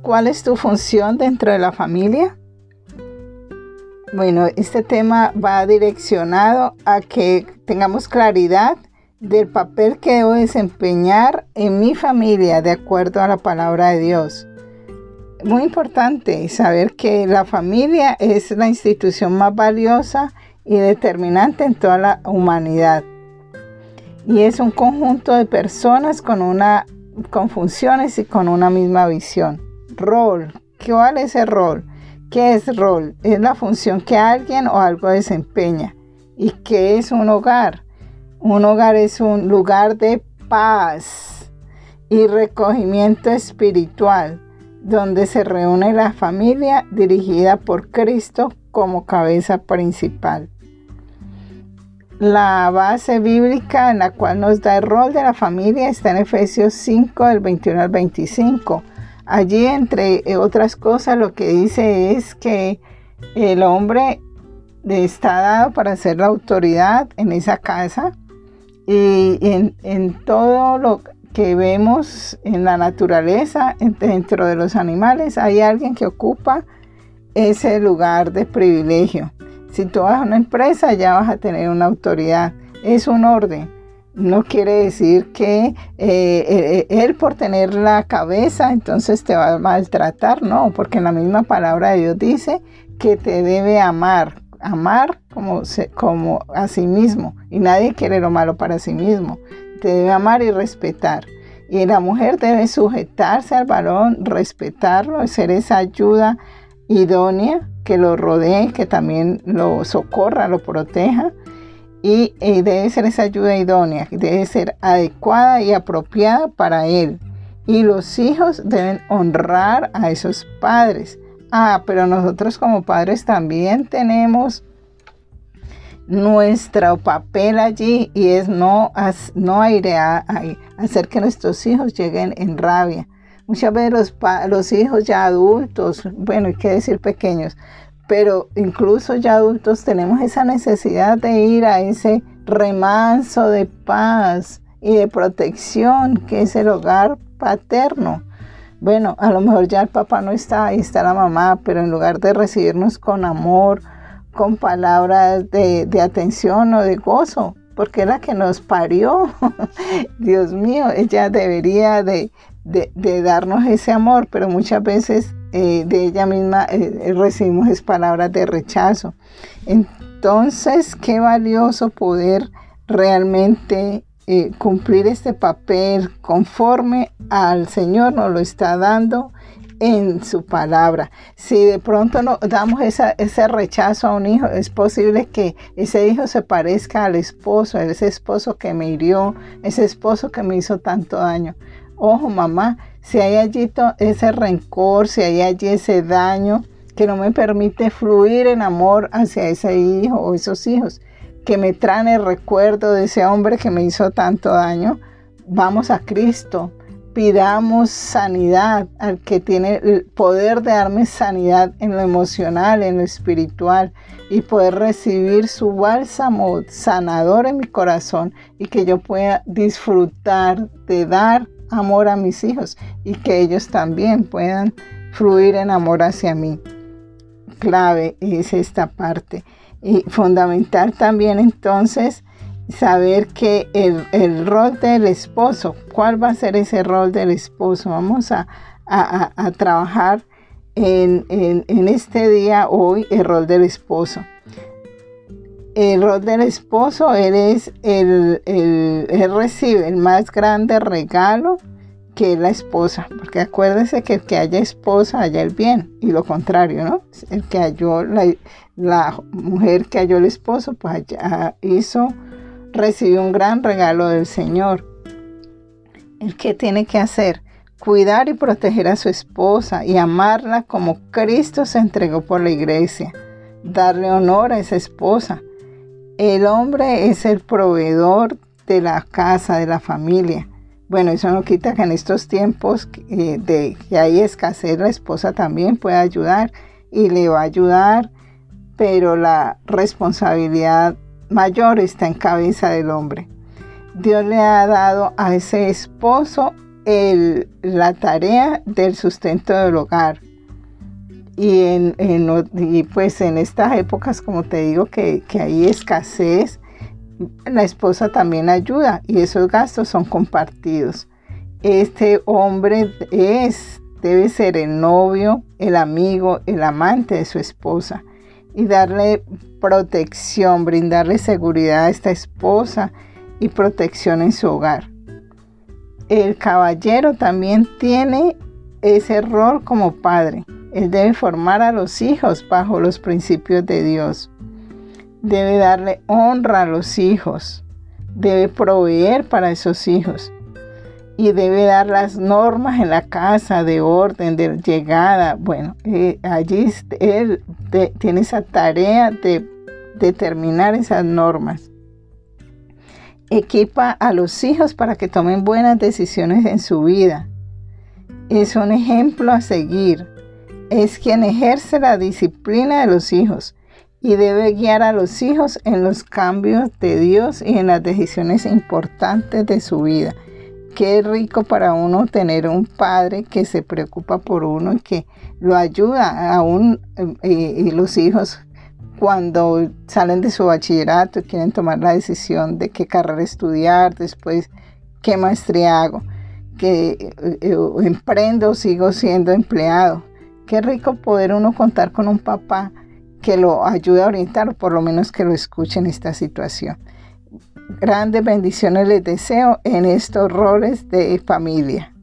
cuál es tu función dentro de la familia? Bueno, este tema va direccionado a que tengamos claridad del papel que debo desempeñar en mi familia de acuerdo a la palabra de Dios. Muy importante saber que la familia es la institución más valiosa y determinante en toda la humanidad. Y es un conjunto de personas con funciones y con una misma visión. Rol. ¿Cuál es el rol? ¿Qué es rol? Es la función que alguien o algo desempeña. ¿Y qué es un hogar? Un hogar es un lugar de paz y recogimiento espiritual, donde se reúne la familia dirigida por Cristo como cabeza principal. La base bíblica en la cual nos da el rol de la familia está en Efesios 5, del 21 al 25. Allí, entre otras cosas, lo que dice es que el hombre está dado para ser la autoridad en esa casa y en todo lo que vemos en la naturaleza, dentro de los animales, hay alguien que ocupa ese lugar de privilegio. Si tú vas a una empresa, ya vas a tener una autoridad. Es un orden. No quiere decir que él por tener la cabeza, entonces te va a maltratar. No, porque en la misma palabra de Dios dice que te debe amar. Amar como a sí mismo. Y nadie quiere lo malo para sí mismo. Te debe amar y respetar. Y la mujer debe sujetarse al varón, respetarlo, ser esa ayuda idónea que lo rodee, que también lo socorra, lo proteja. Y debe ser esa ayuda idónea, debe ser adecuada y apropiada para él. Y los hijos deben honrar a esos padres. Pero nosotros como padres también tenemos nuestro papel allí, y es no hacer que nuestros hijos lleguen en rabia. Muchas veces los hijos ya adultos, bueno, hay que decir pequeños, pero incluso ya adultos tenemos esa necesidad de ir a ese remanso de paz y de protección que es el hogar paterno. Bueno, a lo mejor ya el papá no está, ahí está la mamá, pero en lugar de recibirnos con amor, con palabras de atención o de gozo, porque es la que nos parió. Dios mío, ella debería de darnos ese amor, pero muchas veces de ella misma recibimos palabras de rechazo. Entonces, qué valioso poder realmente cumplir este papel conforme al Señor nos lo está dando en su palabra. Si de pronto no damos ese rechazo a un hijo, es posible que ese hijo se parezca al esposo, a ese esposo que me hirió, ese esposo que me hizo tanto daño. Ojo, mamá, si hay allí ese rencor, si hay allí ese daño que no me permite fluir en amor hacia ese hijo o esos hijos, que me traen el recuerdo de ese hombre que me hizo tanto daño, vamos a Cristo. Pidamos sanidad al que tiene el poder de darme sanidad en lo emocional, en lo espiritual, y poder recibir su bálsamo sanador en mi corazón, y que yo pueda disfrutar de dar amor a mis hijos y que ellos también puedan fluir en amor hacia mí. Clave es esta parte. Y fundamental también entonces saber que el rol del esposo, ¿cuál va a ser ese rol del esposo? Vamos a trabajar en este día, hoy, el rol del esposo. El rol del esposo, él recibe el más grande regalo que es la esposa, porque acuérdense que el que haya esposa haya el bien, y lo contrario, ¿no? El que halló la mujer que halló el esposo, pues recibió un gran regalo del Señor. ¿El qué tiene que hacer? Cuidar y proteger a su esposa y amarla como Cristo se entregó por la iglesia. Darle honor a esa esposa. El hombre es el proveedor de la casa, de la familia. Bueno, eso no quita que en estos tiempos que hay escasez, la esposa también puede ayudar y le va a ayudar, pero la responsabilidad mayor está en cabeza del hombre. Dios le ha dado a ese esposo la tarea del sustento del hogar. Y pues en estas épocas, como te digo, que hay escasez, la esposa también ayuda y esos gastos son compartidos. Este hombre debe ser el novio, el amigo, el amante de su esposa y darle protección, brindarle seguridad a esta esposa y protección en su hogar. El caballero también tiene ese rol como padre. Él debe formar a los hijos bajo los principios de Dios. Debe darle honra a los hijos. Debe proveer para esos hijos. Y debe dar las normas en la casa de orden, de llegada. Bueno, allí él tiene esa tarea de determinar esas normas. Equipa a los hijos para que tomen buenas decisiones en su vida. Es un ejemplo a seguir. Es quien ejerce la disciplina de los hijos y debe guiar a los hijos en los cambios de Dios y en las decisiones importantes de su vida. Qué rico para uno tener un padre que se preocupa por uno y que lo ayuda aún, y los hijos cuando salen de su bachillerato y quieren tomar la decisión de qué carrera estudiar, después qué maestría hago, que emprendo o sigo siendo empleado. Qué rico poder uno contar con un papá que lo ayude a orientar, o por lo menos que lo escuche en esta situación. Grandes bendiciones les deseo en estos roles de familia.